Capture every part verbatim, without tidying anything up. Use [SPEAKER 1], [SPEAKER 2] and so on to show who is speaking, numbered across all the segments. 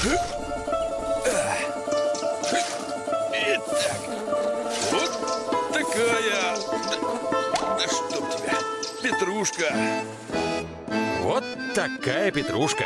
[SPEAKER 1] Итак, вот такая... Да, да чтоб тебя, петрушка. Вот такая петрушка.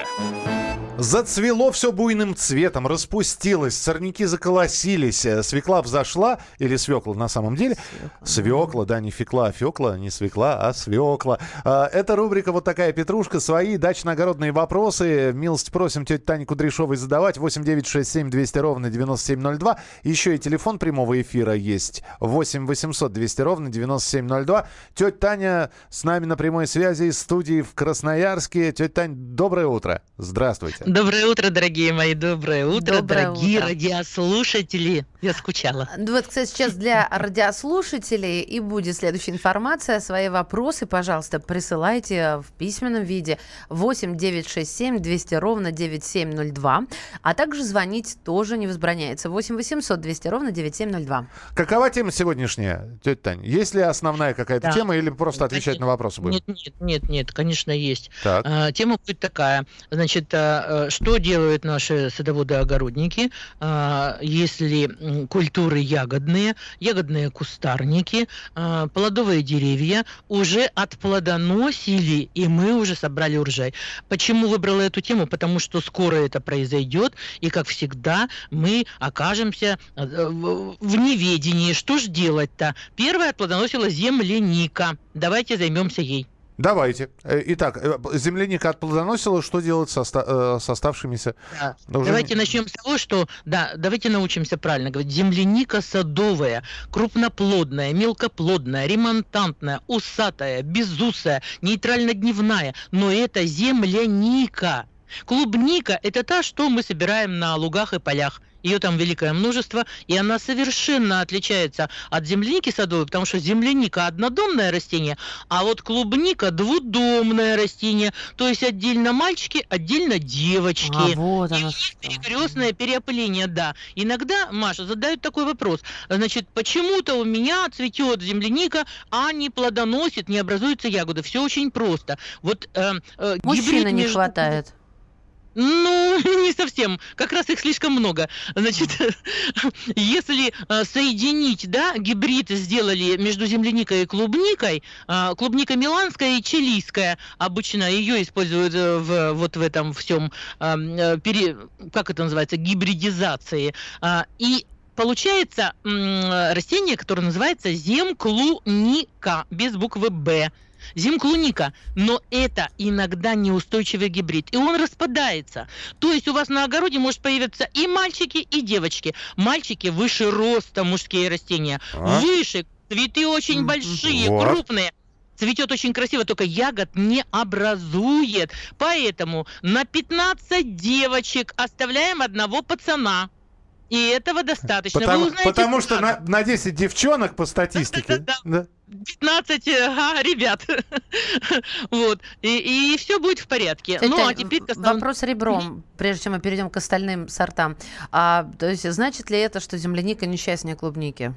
[SPEAKER 2] Зацвело все буйным цветом, распустилось, сорняки заколосились, э, свекла взошла, или свекла на самом деле? Свекла, свекла да, не фекла, а фекла, не свекла, а свекла. Э, это рубрика «Вот такая петрушка». Свои дачно-огородные вопросы. Милость просим тете Тане Кудряшовой задавать. восемь девятьсот шестьдесят семь двести ровно девяносто семь ноль два. Еще и телефон прямого эфира есть. восемь восемьсот двести ровно девяносто семь ноль два. Тетя Таня с нами на прямой связи из студии в Красноярске. Тетя Тань, доброе утро. Здравствуйте.
[SPEAKER 3] Доброе утро, дорогие мои, доброе утро,
[SPEAKER 4] Доброе
[SPEAKER 3] дорогие
[SPEAKER 4] утро.
[SPEAKER 3] радиослушатели. Я скучала.
[SPEAKER 4] Вот, кстати, сейчас для радиослушателей и будет следующая информация. Свои вопросы, пожалуйста, присылайте в письменном виде восемь девятьсот шестьдесят семь двести ровно девяносто семь ноль два. А также звонить тоже не возбраняется. восемь восемьсот двести ровно девяносто семь ноль два.
[SPEAKER 2] Какова тема сегодняшняя, тетя Таня? Есть ли основная какая-то
[SPEAKER 3] Да.
[SPEAKER 2] тема или просто отвечать на вопросы будем?
[SPEAKER 3] Нет, нет, нет, нет, конечно, есть.
[SPEAKER 2] Так.
[SPEAKER 3] А, тема будет такая. Значит, а, а, что делают наши садоводы-огородники, а, если м, культуры ягодные, ягодные кустарники, а, плодовые деревья уже отплодоносили, и мы уже собрали урожай. Почему выбрала эту тему? Потому что скоро это произойдет, и, как всегда, мы окажемся э, в в неведении. Что же делать-то? Первая отплодоносила земляника. Давайте займемся ей.
[SPEAKER 2] Давайте. Э, Итак, э, земляника отплодоносила, что делать со, оста- э, с оставшимися?
[SPEAKER 3] Да.
[SPEAKER 2] Уже
[SPEAKER 3] Давайте
[SPEAKER 2] не-
[SPEAKER 3] начнем с того, что, да, давайте научимся правильно говорить. Земляника садовая, крупноплодная, мелкоплодная, ремонтантная, усатая, безусая, нейтрально-дневная. Но это земляника. Клубника – это та, что мы собираем на лугах и полях. Ее там великое множество, и она совершенно отличается от земляники садовой, потому что земляника однодомное растение, а вот клубника двудомное растение, то есть отдельно мальчики, отдельно девочки.
[SPEAKER 4] А, вот
[SPEAKER 3] И у
[SPEAKER 4] оно
[SPEAKER 3] них
[SPEAKER 4] что.
[SPEAKER 3] перекрестное переопыление, да. Иногда, Маша, задают такой вопрос. Значит, почему-то у меня цветет земляника, а не плодоносит, не образуются ягоды. Все очень просто. Вот э, э,
[SPEAKER 4] Мужчины
[SPEAKER 3] гибрид
[SPEAKER 4] не
[SPEAKER 3] между-
[SPEAKER 4] хватает.
[SPEAKER 3] Ну, не совсем. Как раз их слишком много. Значит, если э, соединить, да, гибрид сделали между земляникой и клубникой, э, клубника миланская и чилийская, обычно ее используют э, в, вот в этом всем, э, э, пере- как это называется, гибридизации. А, и получается м, растение, которое называется земклуника, без буквы «Б». Земклуника, но это иногда неустойчивый гибрид, и он распадается. То есть у вас на огороде может появиться и мальчики, и девочки. Мальчики выше роста, мужские растения,
[SPEAKER 2] А?
[SPEAKER 3] выше, цветы очень
[SPEAKER 4] Мгм.
[SPEAKER 3] большие,
[SPEAKER 2] Вот.
[SPEAKER 3] крупные. Цветет очень красиво, только ягод не образует. Поэтому на пятнадцать девочек оставляем одного пацана. И этого достаточно. Вы
[SPEAKER 2] Потому,
[SPEAKER 3] узнаете
[SPEAKER 2] потому что
[SPEAKER 3] сразу.
[SPEAKER 2] на, на десять девчонок по статистике.
[SPEAKER 3] Да-да-да. пятнадцать ага, ребят. Вот. И, и все будет в порядке.
[SPEAKER 4] Тетя
[SPEAKER 3] Ну, а
[SPEAKER 4] Тань,
[SPEAKER 3] теперь...
[SPEAKER 4] в- вопрос ребром, прежде чем мы перейдем к остальным сортам. А, то есть, значит ли это, что земляника несчастнее клубники?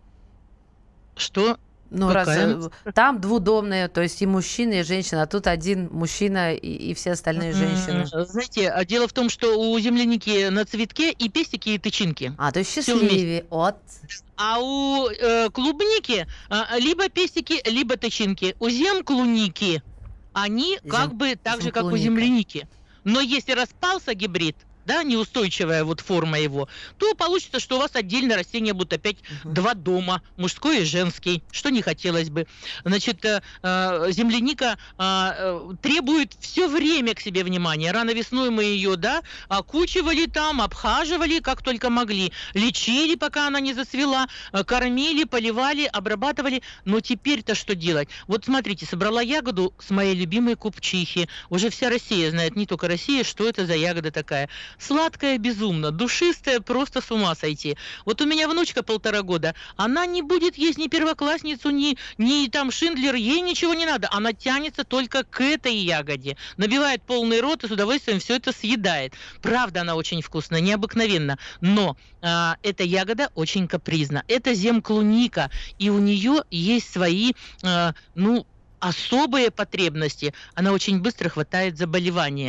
[SPEAKER 3] Что?
[SPEAKER 4] Ну,
[SPEAKER 3] Какая?
[SPEAKER 4] раз э, там двудомные, то есть и мужчина, и женщина, а тут один мужчина и, и все остальные женщины.
[SPEAKER 3] М, Знаете, а дело в том, что у земляники на цветке и пестики, и тычинки.
[SPEAKER 4] А, то есть
[SPEAKER 3] Всё
[SPEAKER 4] счастливее. Вот.
[SPEAKER 3] А у э, клубники а, либо пестики, либо тычинки. У земклуники они
[SPEAKER 4] Зем-
[SPEAKER 3] как бы так же, как у
[SPEAKER 4] земклуника.
[SPEAKER 3] земляники. Но если распался гибрид, да, неустойчивая вот форма его, то получится, что у вас отдельно растения будут опять
[SPEAKER 4] Мгм.
[SPEAKER 3] два дома, мужской и женский, что не хотелось бы. Значит, э, э, земляника э, э, требует все время к себе внимания. Рано весной мы ее, да, окучивали там, обхаживали, как только могли, лечили, пока она не зацвела, э, кормили, поливали, обрабатывали. Но теперь-то что делать? Вот смотрите, собрала ягоду с моей любимой купчихи. Уже вся Россия знает, не только Россия, что это за ягода такая. Сладкая безумно, душистая, просто с ума сойти. Вот у меня внучка полтора года, она не будет есть ни первоклассницу, ни, ни там Шиндлер, ей ничего не надо. Она тянется только к этой ягоде. Набивает полный рот и с удовольствием все это съедает. Правда, она очень вкусная, необыкновенно. Но а, эта ягода очень капризна. Это земклуника, и у нее есть свои, а, ну, особые потребности. Она очень быстро хватает заболевания.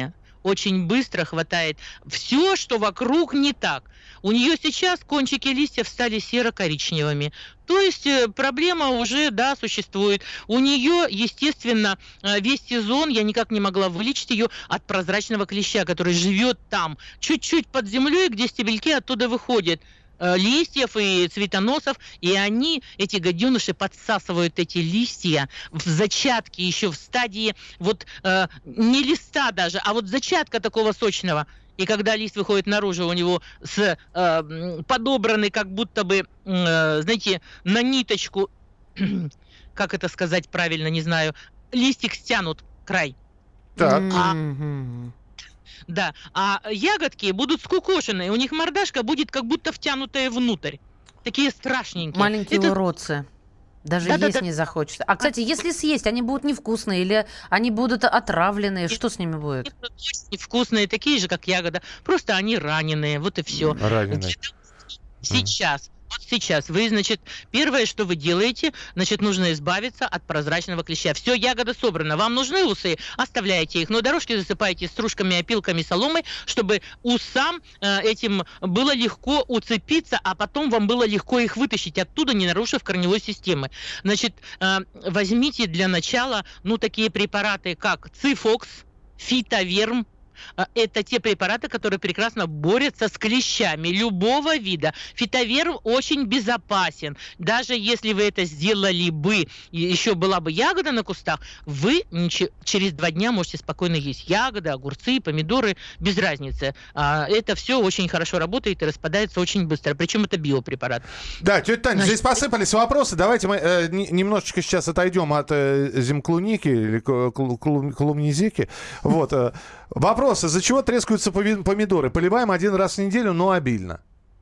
[SPEAKER 3] очень быстро хватает все, что вокруг не так. У нее сейчас кончики листьев стали серо-коричневыми. То есть э, проблема уже, да, существует. У нее, естественно, э, весь сезон я никак не могла вылечить ее от прозрачного клеща, который живет там, чуть-чуть под землей, где стебельки оттуда выходят. э, Листьев и цветоносов, и они, эти гаденыши, подсасывают эти листья в зачатке, еще в стадии вот э, не листа даже, а вот зачатка такого сочного. И когда лист выходит наружу, у него с, э, подобраны как будто бы, э, знаете, на ниточку, как это сказать правильно, не знаю, листик стянут, край.
[SPEAKER 2] Так.
[SPEAKER 3] А,
[SPEAKER 4] Мгм.
[SPEAKER 3] да, а ягодки будут скукошенные, у них мордашка будет как будто втянутая внутрь. Такие страшненькие.
[SPEAKER 4] Маленькие
[SPEAKER 3] Это-
[SPEAKER 4] уродцы. Даже
[SPEAKER 3] Да-да-да.
[SPEAKER 4] есть не захочется. А, кстати, если съесть, они будут невкусные или они будут отравленные? Что с ними будет?
[SPEAKER 3] Очень вкусные, такие же, как ягода. Просто они раненые, вот и все.
[SPEAKER 2] Раненые.
[SPEAKER 3] Сейчас, вот сейчас вы, значит, первое, что вы делаете, значит, нужно избавиться от прозрачного клеща. Все, ягода собрана. Вам нужны усы? Оставляете их. Но дорожки засыпаете стружками, опилками, соломой, чтобы усам э, этим было легко уцепиться, а потом вам было легко их вытащить оттуда, не нарушив корневой системы. Значит, э, возьмите для начала, ну, такие препараты, как Цифокс, Фитоверм. А, Это те препараты, которые прекрасно борются с клещами любого вида. Фитоверм очень безопасен. Даже если вы это сделали бы, и еще была бы ягода на кустах, вы ниче- через два дня можете спокойно есть ягоды, огурцы, помидоры, без разницы. А, Это все очень хорошо работает и распадается очень быстро. Причем это биопрепарат.
[SPEAKER 2] Да, тетя Таня,
[SPEAKER 3] Значит,
[SPEAKER 2] здесь посыпались вопросы. Давайте мы э, не- немножечко сейчас отойдем от э, земклуники или ку- клу- клу- клубнизики. Вот. э, Вопрос. Из-за чего трескаются поми- помидоры? Поливаем один раз в неделю, но обильно.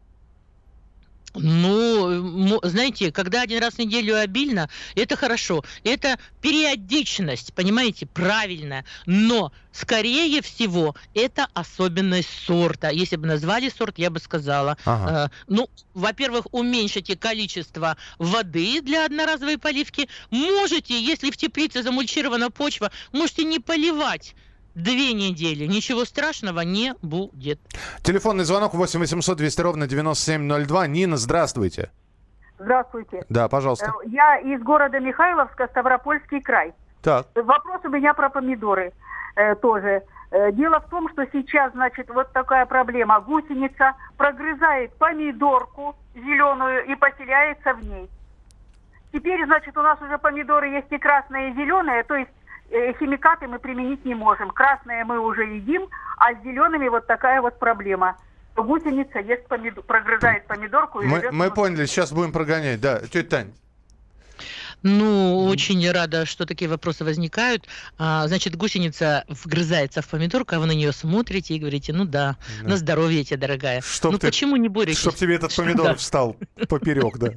[SPEAKER 3] Ну, мо- знаете, когда один раз в неделю обильно, это хорошо. Это периодичность, понимаете, правильно. Но, скорее всего, это особенность сорта. Если бы назвали сорт, я бы сказала.
[SPEAKER 2] Ага.
[SPEAKER 3] э, ну, во-первых, уменьшите количество воды для одноразовой поливки. Можете, если в теплице замульчирована почва, можете не поливать две недели. Ничего страшного не будет.
[SPEAKER 2] Телефонный звонок восемь восемьсот двести ровно девяносто семь ноль два. Нина, здравствуйте.
[SPEAKER 5] Здравствуйте.
[SPEAKER 2] Да, пожалуйста.
[SPEAKER 5] Э, Я из города Михайловска, Ставропольский край.
[SPEAKER 2] Так.
[SPEAKER 5] Вопрос у меня про помидоры э, тоже. Э, Дело в том, что сейчас, значит, вот такая проблема. Гусеница прогрызает помидорку зеленую и поселяется в ней. Теперь, значит, у нас уже помидоры есть и красные, и зеленые, то есть э, химикаты мы применить не можем. Красные мы уже едим, а с зелеными вот такая вот проблема. Гусеница ест помидор, прогрызает помидорку и
[SPEAKER 2] Мы,
[SPEAKER 5] живет
[SPEAKER 2] мы
[SPEAKER 5] внутри.
[SPEAKER 2] поняли, сейчас будем прогонять. Да, тетя Тань.
[SPEAKER 3] Ну, очень рада, что такие вопросы возникают. А, значит, гусеница вгрызается в помидорку, а вы на нее смотрите и говорите, ну да,
[SPEAKER 2] Да.
[SPEAKER 3] на здоровье тебе, дорогая.
[SPEAKER 2] Чтоб
[SPEAKER 3] ну
[SPEAKER 2] ты-
[SPEAKER 3] почему не боретесь?
[SPEAKER 2] Чтоб тебе этот помидор
[SPEAKER 3] Да.
[SPEAKER 2] встал поперек, да.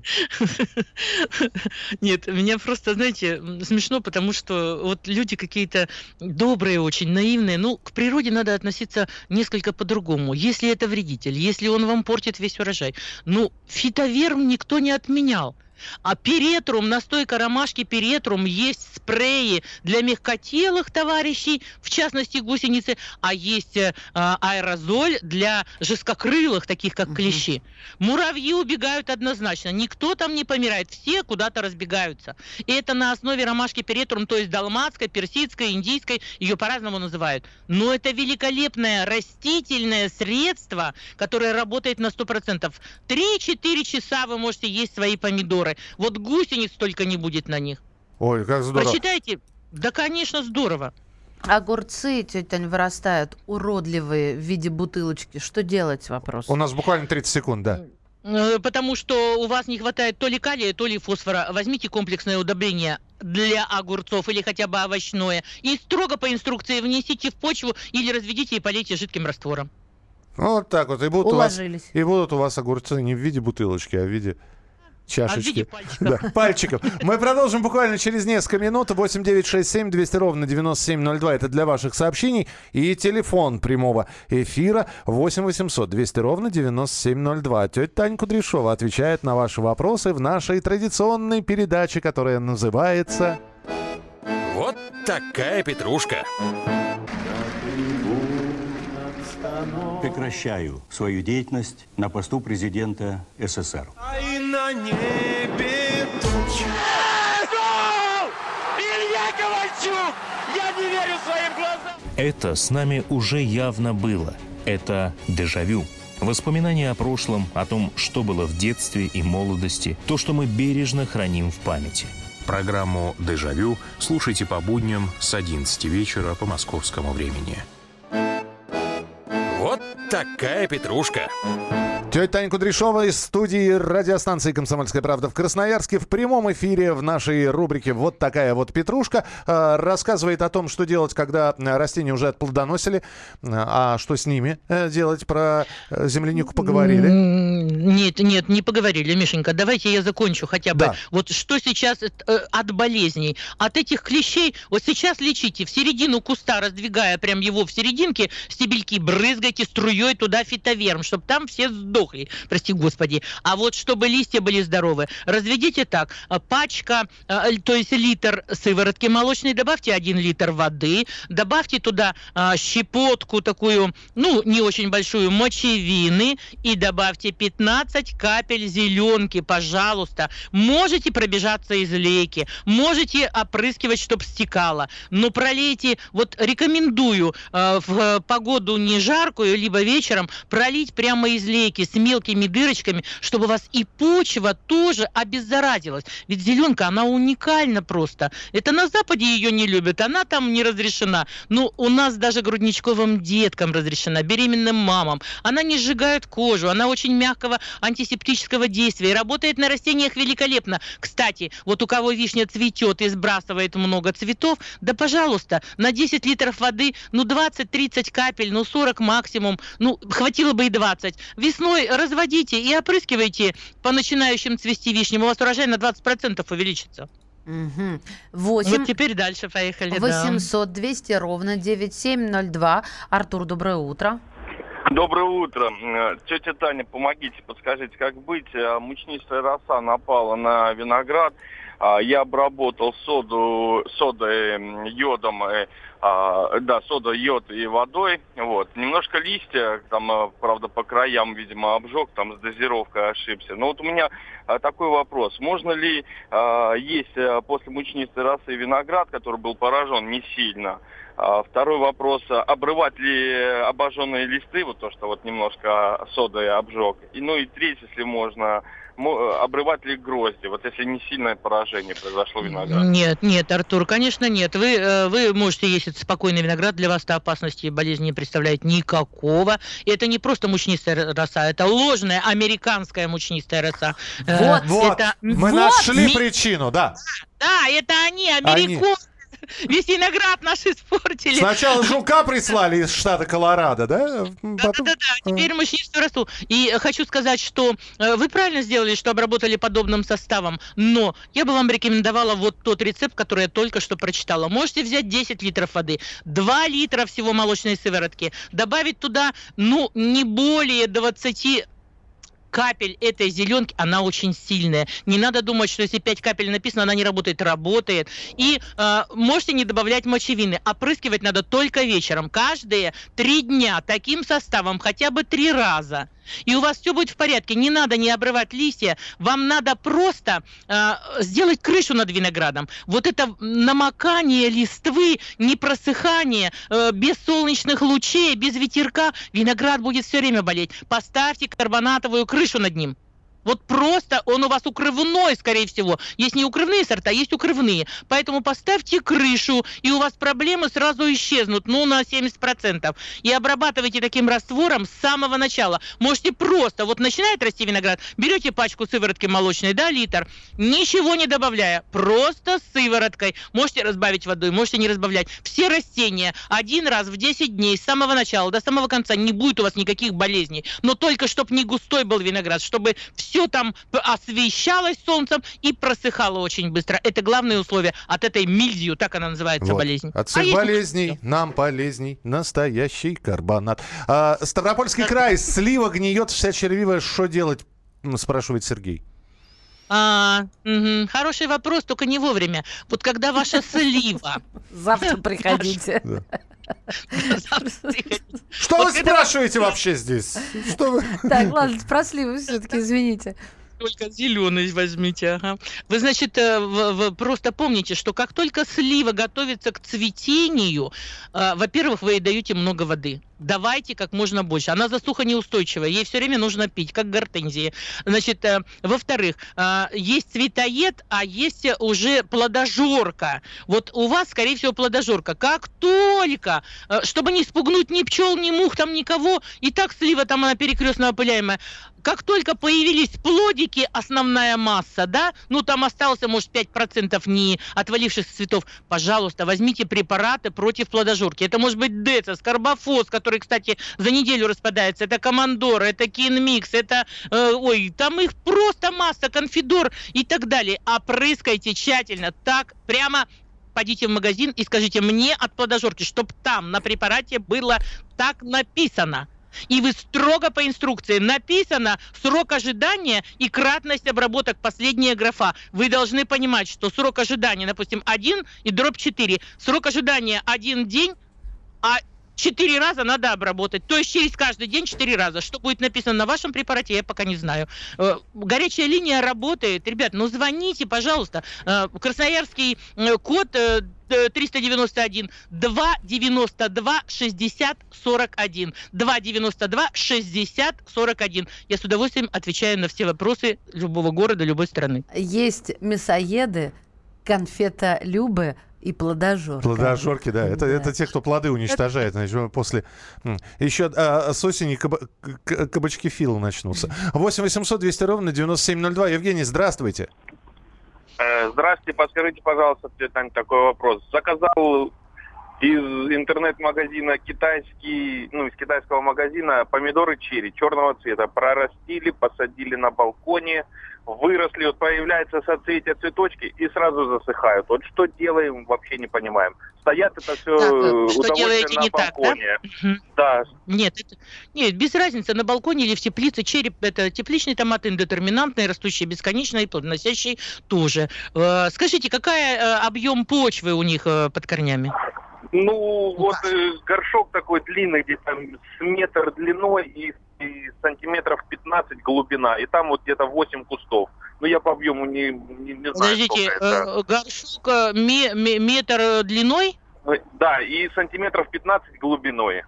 [SPEAKER 3] Нет, меня просто, знаете, м, смешно, потому что вот люди какие-то добрые, очень наивные. Ну, к природе надо относиться несколько по-другому. Если это вредитель, если он вам портит весь урожай. Ну, фитоверм никто не отменял. А перетрум, настойка ромашки перетрум, есть спреи для мягкотелых товарищей, в частности гусеницы, а есть э, а, аэрозоль для жесткокрылых, таких как
[SPEAKER 4] Мгм.
[SPEAKER 3] клещи. Муравьи убегают однозначно, никто там не помирает, все куда-то разбегаются. И это на основе ромашки перетрум, то есть далматской, персидской, индийской, ее по-разному называют. Но это великолепное растительное средство, которое работает на сто процентов. три-четыре часа вы можете есть свои помидоры. Вот гусениц только не будет на них.
[SPEAKER 2] Ой, как здорово.
[SPEAKER 3] Прочитайте. Да, конечно, здорово.
[SPEAKER 4] Огурцы, тетя Тань, вырастают уродливые в виде бутылочки. Что делать? Вопрос.
[SPEAKER 2] У нас буквально тридцать секунд, да.
[SPEAKER 3] Э, Потому что у вас не хватает то ли калия, то ли фосфора. Возьмите комплексное удобрение для огурцов или хотя бы овощное и строго по инструкции внесите в почву или разведите и полейте жидким раствором.
[SPEAKER 2] Ну, вот так вот. И будут, у вас,
[SPEAKER 4] Уложились.
[SPEAKER 2] и будут у вас огурцы не в виде бутылочки, а в виде
[SPEAKER 3] А в
[SPEAKER 2] чашечки.
[SPEAKER 3] виде пальчиков.
[SPEAKER 2] Да, пальчиков. Мы продолжим буквально через несколько минут. восемь девятьсот шестьдесят семь двести ровно девяносто семь ноль два. Это для ваших сообщений. И телефон прямого эфира восемь восемьсот двести ровно девяносто семь ноль два. Тетя Таня Кудряшова отвечает на ваши вопросы в нашей традиционной передаче, которая называется...
[SPEAKER 1] Вот такая петрушка.
[SPEAKER 6] Прекращаю свою деятельность на посту президента СССР.
[SPEAKER 7] А и на небе тучи. Илья Ковальчук! Я не верю своим глазам!
[SPEAKER 8] Это с нами уже явно было. Это дежавю. Воспоминания о прошлом, о том, что было в детстве и молодости, то, что мы бережно храним в памяти. Программу «Дежавю» слушайте по будням с одиннадцати вечера по московскому времени.
[SPEAKER 1] Вот такая петрушка.
[SPEAKER 2] Тетя Таня Кудряшова из студии радиостанции «Комсомольская правда» в Красноярске в прямом эфире в нашей рубрике «Вот такая вот петрушка» э, рассказывает о том, что делать, когда растения уже отплодоносили, а что с ними э, делать. Про землянику поговорили.
[SPEAKER 3] Нет, нет, не поговорили, Мишенька. Давайте я закончу хотя бы.
[SPEAKER 2] Да.
[SPEAKER 3] Вот что сейчас э, от болезней, от этих клещей, вот сейчас лечите в середину куста, раздвигая прям его в серединке, стебельки брызгайте струей туда фитоверм, чтобы там все сдохли. Прости господи. А вот чтобы листья были здоровы, разведите так. Пачка, то есть литр сыворотки молочной, добавьте один литр воды, добавьте туда щепотку такую, ну, не очень большую, мочевины и добавьте пятнадцать капель зеленки, пожалуйста. Можете пробежаться из лейки, можете опрыскивать, чтобы стекало, но пролейте, вот рекомендую в погоду не жаркую, либо вечером пролить прямо из лейки с мелкими дырочками, чтобы у вас и почва тоже обеззаразилась. Ведь зеленка, она уникальна просто. Это на Западе ее не любят, она там не разрешена. Но у нас даже грудничковым деткам разрешена, беременным мамам. Она не сжигает кожу, она очень мягкого антисептического действия и работает на растениях великолепно. Кстати, вот у кого вишня цветет и сбрасывает много цветов, да, пожалуйста, на десять литров воды, ну, двадцать-тридцать капель, ну, сорок максимум, ну, хватило бы и двадцать. Весной разводите и опрыскивайте по начинающим цвести вишням. У вас урожай на двадцать процентов увеличится.
[SPEAKER 4] Угу. восемь...
[SPEAKER 3] Вот теперь дальше поехали.
[SPEAKER 4] восемьсот двести ровно девять семь ноль два. Артур, доброе утро.
[SPEAKER 9] Доброе утро. Тетя Таня, помогите, подскажите, как быть. Мучнистая роса напала на виноград. Я обработал соду, содой, йодом, а, да, сода, йод и водой. Вот. Немножко листья, там, правда, по краям, видимо, обжег, там с дозировкой ошибся. Но вот у меня а, такой вопрос. Можно ли а, есть а, после мучнистой росы виноград, который был поражен не сильно? А, второй вопрос. Обрывать ли обожженные листы, вот то, что вот немножко содой обжег? И, ну и третий, если можно, обрывать ли грозди, вот если не сильное поражение произошло виноград?
[SPEAKER 3] Нет, нет, Артур, конечно, нет. Вы, вы можете есть этот спокойный виноград, для вас-то опасности и болезни не представляет никакого. И это не просто мучнистая роса, это ложная американская мучнистая роса.
[SPEAKER 2] Вот, вот.
[SPEAKER 3] Это...
[SPEAKER 2] мы
[SPEAKER 3] вот.
[SPEAKER 2] нашли
[SPEAKER 3] Ми...
[SPEAKER 2] причину, да.
[SPEAKER 3] Да, это они, американцы. Весь виноград наш испортили.
[SPEAKER 2] Сначала жука прислали из штата Колорадо, да? Потом...
[SPEAKER 3] Да-да-да, теперь мучнистую росу. И хочу сказать, что вы правильно сделали, что обработали подобным составом, но я бы вам рекомендовала вот тот рецепт, который я только что прочитала. Можете взять десять литров воды, два литра всего молочной сыворотки, добавить туда, ну, не более двадцати капель этой зеленки, она очень сильная. Не надо думать, что если пять капель написано, она не работает. Работает. И э, можете не добавлять мочевины. Опрыскивать надо только вечером. Каждые три дня таким составом хотя бы три раза. И у вас все будет в порядке. Не надо не обрывать листья. Вам надо просто э, сделать крышу над виноградом. Вот это намокание листвы, не просыхание, э, без солнечных лучей, без ветерка, виноград будет все время болеть. Поставьте карбонатовую крышу над ним. Вот просто он у вас укрывной, скорее всего. Есть не укрывные сорта, есть укрывные. Поэтому поставьте крышу, и у вас проблемы сразу исчезнут, ну, на семьдесят процентов. И обрабатывайте таким раствором с самого начала. Можете просто, вот начинает расти виноград, берете пачку сыворотки молочной, да, литр, ничего не добавляя, просто с сывороткой. Можете разбавить водой, можете не разбавлять. Все растения один раз в десять дней с самого начала до самого конца не будет у вас никаких болезней. Но только чтобы не густой был виноград, чтобы все все там освещалось солнцем и просыхало очень быстро. Это главное условие от этой мильдию, так она называется, вот. Болезнь.
[SPEAKER 2] От всех а болезней есть... нам полезней настоящий карбонат. А, Ставропольский край, слива гниет, вся червивая, что делать, спрашивает Сергей.
[SPEAKER 3] А, угу. Хороший вопрос, только не вовремя. Вот когда ваша слива...
[SPEAKER 4] Завтра приходите.
[SPEAKER 2] Что вы спрашиваете вообще здесь? Что вы...
[SPEAKER 4] Так, ладно, про сливы все-таки, извините.
[SPEAKER 3] Только зеленый возьмите, ага. Вы, значит, в, в, просто помните, что как только слива готовится к цветению, э, во-первых, вы ей даете много воды. Давайте как можно больше. Она засухонеустойчивая, ей все время нужно пить, как гортензии. Значит, э, во-вторых, э, есть цветоед, а есть уже плодожорка. Вот у вас, скорее всего, плодожорка. Как только, э, чтобы не спугнуть ни пчел, ни мух, там никого, и так слива там она перекрестно опыляемая. Как только появились плодики, основная масса, да, ну там осталось, может, пять процентов не отвалившихся цветов, пожалуйста, возьмите препараты против плодожорки. Это может быть Децис, Карбофос, который, кстати, за неделю распадается, это Командор, это Кинмикс, это, э, ой, там их просто масса, Конфидор и так далее. Опрыскайте тщательно, так, прямо... Пойдите в магазин и скажите мне от плодожорки, чтобы там на препарате было так написано. И вы строго по инструкции написано срок ожидания и кратность обработок, последняя графа. Вы должны понимать, что срок ожидания, допустим, один и дробь четыре. Срок ожидания один день, а четыре раза надо обработать. То есть через каждый день четыре раза. Что будет написано на вашем препарате, я пока не знаю. Горячая линия работает. Ребят, ну звоните, пожалуйста. Красноярский код триста девяносто один два девяносто два шестьдесят сорок один. два девяносто два шестьдесят сорок один. Я с удовольствием отвечаю на все вопросы любого города, любой страны.
[SPEAKER 4] Есть мясоеды, конфетолюбы и плодожорки.
[SPEAKER 2] Плодожорки, да. Это, да. это те, кто плоды уничтожает. Значит, после... Еще а, с осени каба... кабачки Фила начнутся. восемь восемьсот двести ровно девяносто семь ноль два. Евгений, здравствуйте.
[SPEAKER 9] Здравствуйте, подскажите, пожалуйста, Таня, такой вопрос. Заказал из интернет-магазина китайский, ну, из китайского магазина помидоры черри черного цвета. Прорастили, посадили на балконе, выросли, вот появляется соцветие, цветочки и сразу засыхают. Вот что делаем, вообще не понимаем. Стоят это все
[SPEAKER 3] так,
[SPEAKER 9] удовольствие на
[SPEAKER 3] не
[SPEAKER 9] балконе.
[SPEAKER 3] Так, да?
[SPEAKER 9] Да.
[SPEAKER 3] Нет, это, нет, без разницы, на балконе или в теплице. Черри – это тепличный томат, индетерминантный, растущий бесконечно и плодоносящий тоже. Э, скажите, какой э, объем почвы у них э, под корнями?
[SPEAKER 9] Ну, вот э, горшок такой длинный, где-то с метр длиной и, и сантиметров пятнадцать глубина. И там вот где-то восемь кустов. Ну, я по объему не, не, не знаю,
[SPEAKER 3] Подождите,
[SPEAKER 9] сколько это.
[SPEAKER 3] Э, горшок э, ме, ме, метр длиной?
[SPEAKER 9] Да, и сантиметров пятнадцать глубиной.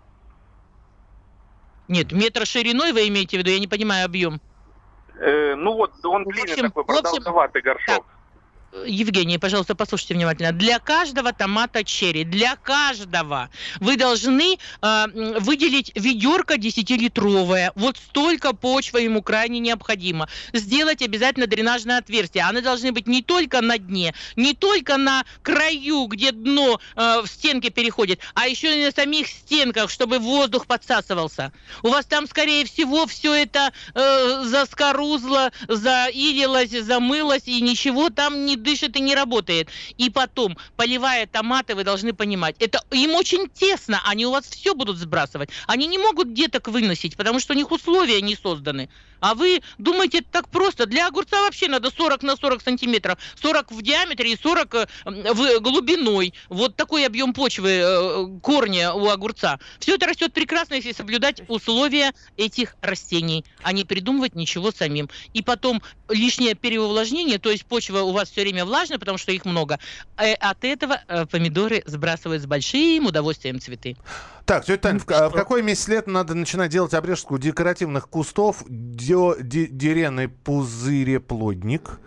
[SPEAKER 3] Нет, метр шириной вы имеете в виду? Я не понимаю объем.
[SPEAKER 9] Э, ну вот, он длинный
[SPEAKER 3] общем,
[SPEAKER 9] такой, продолговатый горшок.
[SPEAKER 3] Так. Евгений, пожалуйста, послушайте внимательно. Для каждого томата черри, для каждого вы должны э, выделить ведерко десятилитровое. Вот столько почвы ему крайне необходимо. Сделать обязательно дренажное отверстие. Они должны быть не только на дне, не только на краю, где дно э, в стенке переходит, а еще и на самих стенках, чтобы воздух подсасывался. У вас там, скорее всего, все это э, заскорузло, заилилось, замылось, и ничего там не дышит и не работает. И потом, поливая томаты, вы должны понимать, это им очень тесно, они у вас все будут сбрасывать. Они не могут деток выносить, потому что у них условия не созданы. А вы думаете, это так просто? Для огурца вообще надо сорок на сорок сантиметров. сорок в диаметре и сорок в глубиной. Вот такой объем почвы, корня у огурца. Все это растет прекрасно, если соблюдать условия этих растений, а не придумывать ничего самим. И потом лишнее переувлажнение, то есть почва у вас все время влажная, потому что их много. От этого помидоры сбрасывают с большим удовольствием цветы.
[SPEAKER 2] Так, тетя Таня, в, в какой месяц лета надо начинать делать обрезку декоративных кустов? Деренный пузыреплодник.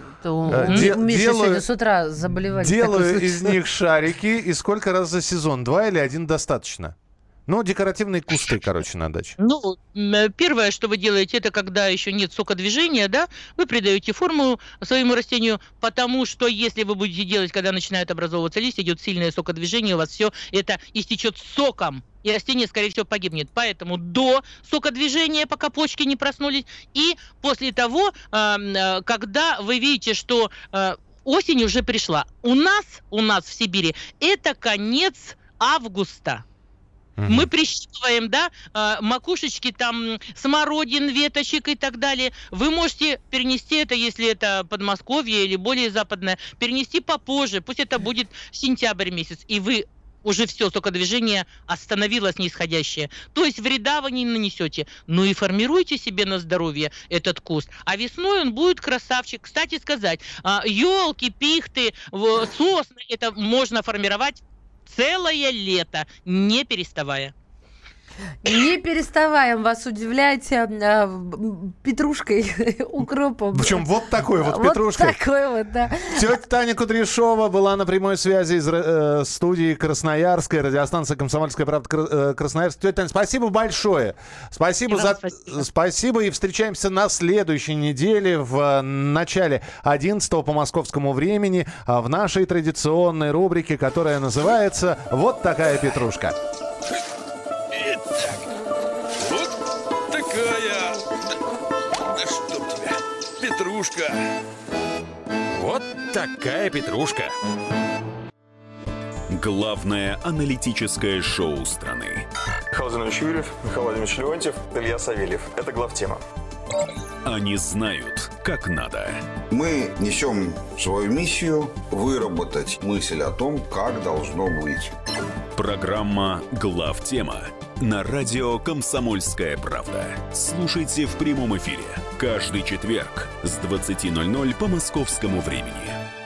[SPEAKER 4] Де- у Миши делаю, сегодня с утра заболевать.
[SPEAKER 2] Делаю из них шарики. И сколько раз за сезон? Два или один достаточно? Ну, декоративные кусты, короче, на даче.
[SPEAKER 3] Ну, первое, что вы делаете, это когда еще нет сокодвижения, да, вы придаете форму своему растению, потому что если вы будете делать, когда начинают образовываться листья, идет сильное сокодвижение, у вас все это истечет соком, и растение, скорее всего, погибнет. Поэтому до сокодвижения, пока почки не проснулись, и после того, когда вы видите, что осень уже пришла. У нас, у нас в Сибири, это конец августа. Uh-huh. Мы прищипываем, да, макушечки там смородин, веточек и так далее. Вы можете перенести это, если это Подмосковье или более западное, перенести попозже. Пусть это будет сентябрь месяц. И вы уже все, только движение остановилось нисходящее. То есть вреда вы не нанесете. Ну и формируйте себе на здоровье этот куст. А весной он будет красавчик. Кстати сказать, елки, пихты, сосны, это можно формировать целое лето, не переставая.
[SPEAKER 4] Не переставаем вас удивлять э, петрушкой, укропом.
[SPEAKER 2] Причем вот такой вот петрушкой.
[SPEAKER 4] Вот такой вот, да.
[SPEAKER 2] Тетя Таня Кудряшова была на прямой связи из э, студии Красноярской, радиостанции «Комсомольская правда» Красноярск. Тетя Таня, спасибо большое. Спасибо, за... спасибо. спасибо. И встречаемся на следующей неделе в начале одиннадцатого по московскому времени в нашей традиционной рубрике, которая называется «Вот такая петрушка».
[SPEAKER 1] Вот такая. Да, да чтоб тебя, петрушка. Вот такая петрушка.
[SPEAKER 10] Главное аналитическое шоу страны.
[SPEAKER 11] Михаил Владимирович Юрьев, Михаил Владимирович Леонтьев, Илья Савельев. Это главтема.
[SPEAKER 10] Они знают, как надо.
[SPEAKER 12] Мы несем свою миссию выработать мысль о том, как должно быть.
[SPEAKER 10] Программа «Главтема» на радио «Комсомольская правда». Слушайте в прямом эфире каждый четверг с двадцати ноль-ноль по московскому времени.